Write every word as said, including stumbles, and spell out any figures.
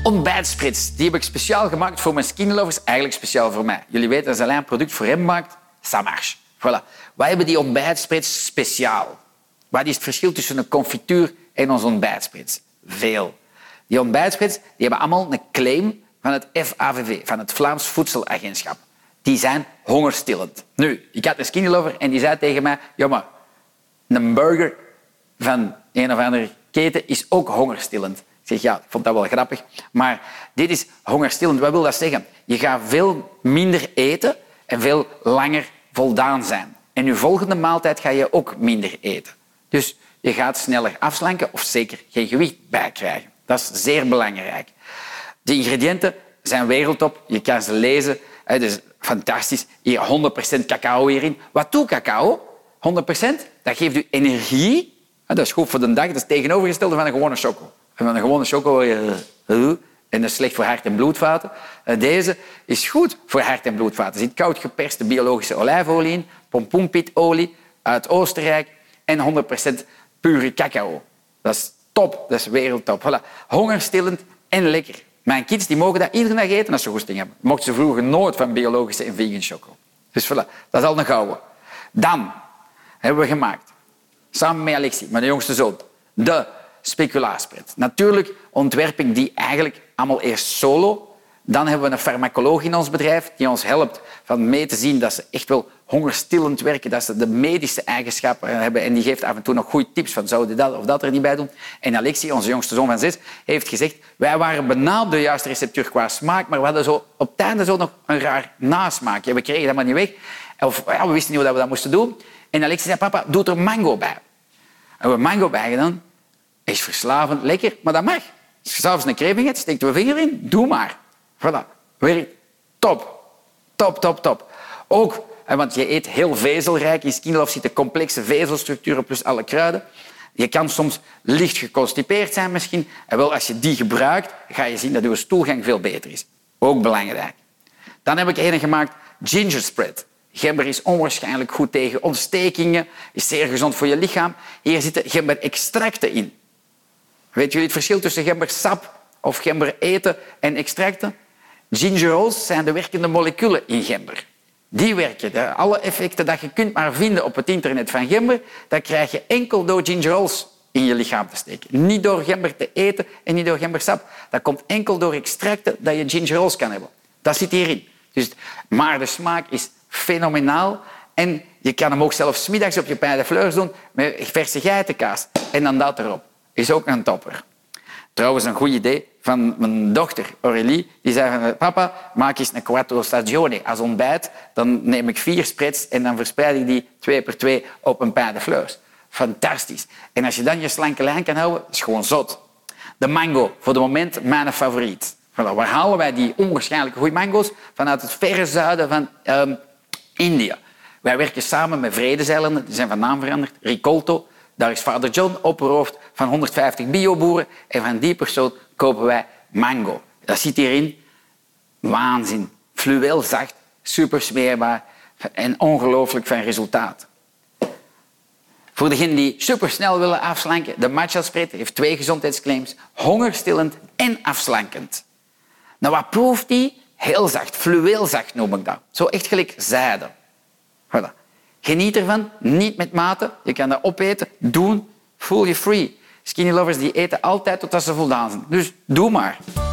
ontbijtsprits. Die heb ik speciaal gemaakt voor mijn skinny lovers. Eigenlijk speciaal voor mij. Jullie weten, als alleen een product voor hem maakt, ça marche. Voilà. Wij hebben die ontbijtsprits speciaal. Wat is het verschil tussen een confituur en onze ontbijtsprits? Veel. Die ontbijtsprits die hebben allemaal een claim van het F A V V, van het Vlaams Voedselagentschap. Die zijn hongerstillend. Nu, ik had een skinny lover en die zei tegen mij, ja, maar een burger van een of andere keten is ook hongerstillend. Ik zeg, ja, ik vond dat wel grappig. Maar dit is hongerstillend. Wat wil dat zeggen? Je gaat veel minder eten en veel langer voldaan zijn. En je volgende maaltijd ga je ook minder eten. Dus je gaat sneller afslanken of zeker geen gewicht bijkrijgen. Dat is zeer belangrijk. De ingrediënten zijn wereldtop. Je kan ze lezen. Het is fantastisch. Hier honderd procent cacao hierin. Wat doet cacao? honderd procent? Dat geeft u energie. Dat is goed voor de dag. Dat is het tegenovergestelde van een gewone choco. Van een gewone choco word je... En dat is slecht voor hart- en bloedvaten. Deze is goed voor hart- en bloedvaten. Er zit koud geperste biologische olijfolie in, pompoenpitolie uit Oostenrijk en honderd procent pure cacao. Dat is top, dat is wereldtop. Voilà. Hongerstillend en lekker. Mijn kids die mogen dat iedere dag eten als ze goesting hebben. Mochten ze vroeger nooit van biologische en vegan choco. Dus voilà, dat is al een gouden. Dan hebben we gemaakt, samen met Alexie, mijn jongste zoon, de speculaarspread. Natuurlijk ontwerp ik die eigenlijk allemaal eerst solo. Dan hebben we een farmacoloog in ons bedrijf die ons helpt van mee te zien dat ze echt wel hongerstillend werken, dat ze de medische eigenschappen hebben en die geeft af en toe nog goede tips van zouden dat of dat er niet bij doen. En Alexie, onze jongste zoon van zes, heeft gezegd wij waren bijna op de juiste receptuur qua smaak, maar we hadden zo op het einde zo nog een raar nasmaakje. We kregen dat maar niet weg. Of ja, we wisten niet hoe we dat moesten doen. En Alexie zei, papa, doe er mango bij. En we hebben mango bij gedaan. Is verslavend, lekker, maar dat mag. Als je s'avonds een craving hebt, steekt je vinger in, doe maar. Voilà, werkt top. Top, top, top. Ook, want je eet heel vezelrijk. In skinny love zitten complexe vezelstructuren plus alle kruiden. Je kan soms licht geconstipeerd zijn misschien. En wel, als je die gebruikt, ga je zien dat je stoelgang veel beter is. Ook belangrijk. Dan heb ik een gemaakt, ginger spread. Gember is onwaarschijnlijk goed tegen ontstekingen, is zeer gezond voor je lichaam. Hier zitten gemberextracten in. Weet jullie het verschil tussen gembersap of gembereten en extracten? Gingerols zijn de werkende moleculen in gember. Die werken. Alle effecten die je kunt maar vinden op het internet van gember, dat krijg je enkel door gingerols in je lichaam te steken. Niet door gember te eten en niet door gembersap. Dat komt enkel door extracten dat je gingerols kan hebben. Dat zit hierin. Dus, maar de smaak is fenomenaal. En je kan hem ook zelfs 's middags op je pain de fleurs doen met verse geitenkaas. En dan dat erop. Is ook een topper. Trouwens, een goed idee van mijn dochter Aurélie. Die zei van, papa, maak eens een quattro stagione als ontbijt. Dan neem ik vier spreads en dan verspreid ik die twee per twee op een pain de fleurs. Fantastisch. En als je dan je slanke lijn kan houden, is gewoon zot. De mango, voor het moment mijn favoriet. Voilà, waar halen wij die onwaarschijnlijk goede mango's? Vanuit het verre zuiden van um, India. Wij werken samen met Vredeseilanden, die zijn van naam veranderd, Ricolto. Daar is vader John, opperhoofd van honderdvijftig bioboeren. En van die persoon kopen wij mango. Dat zit hierin. Waanzin. Fluweelzacht, super smeerbaar en ongelooflijk van resultaat. Voor degenen die supersnel willen afslanken, de matcha spread heeft twee gezondheidsclaims. Hongerstillend en afslankend. Nou, wat proeft die? Heel zacht, fluweelzacht noem ik dat. Zo echt gelijk zijde. Voilà. Geniet ervan, niet met mate. Je kan dat opeten, doen, voel je free. Skinny lovers die eten altijd totdat ze voldaan zijn. Dus doe maar.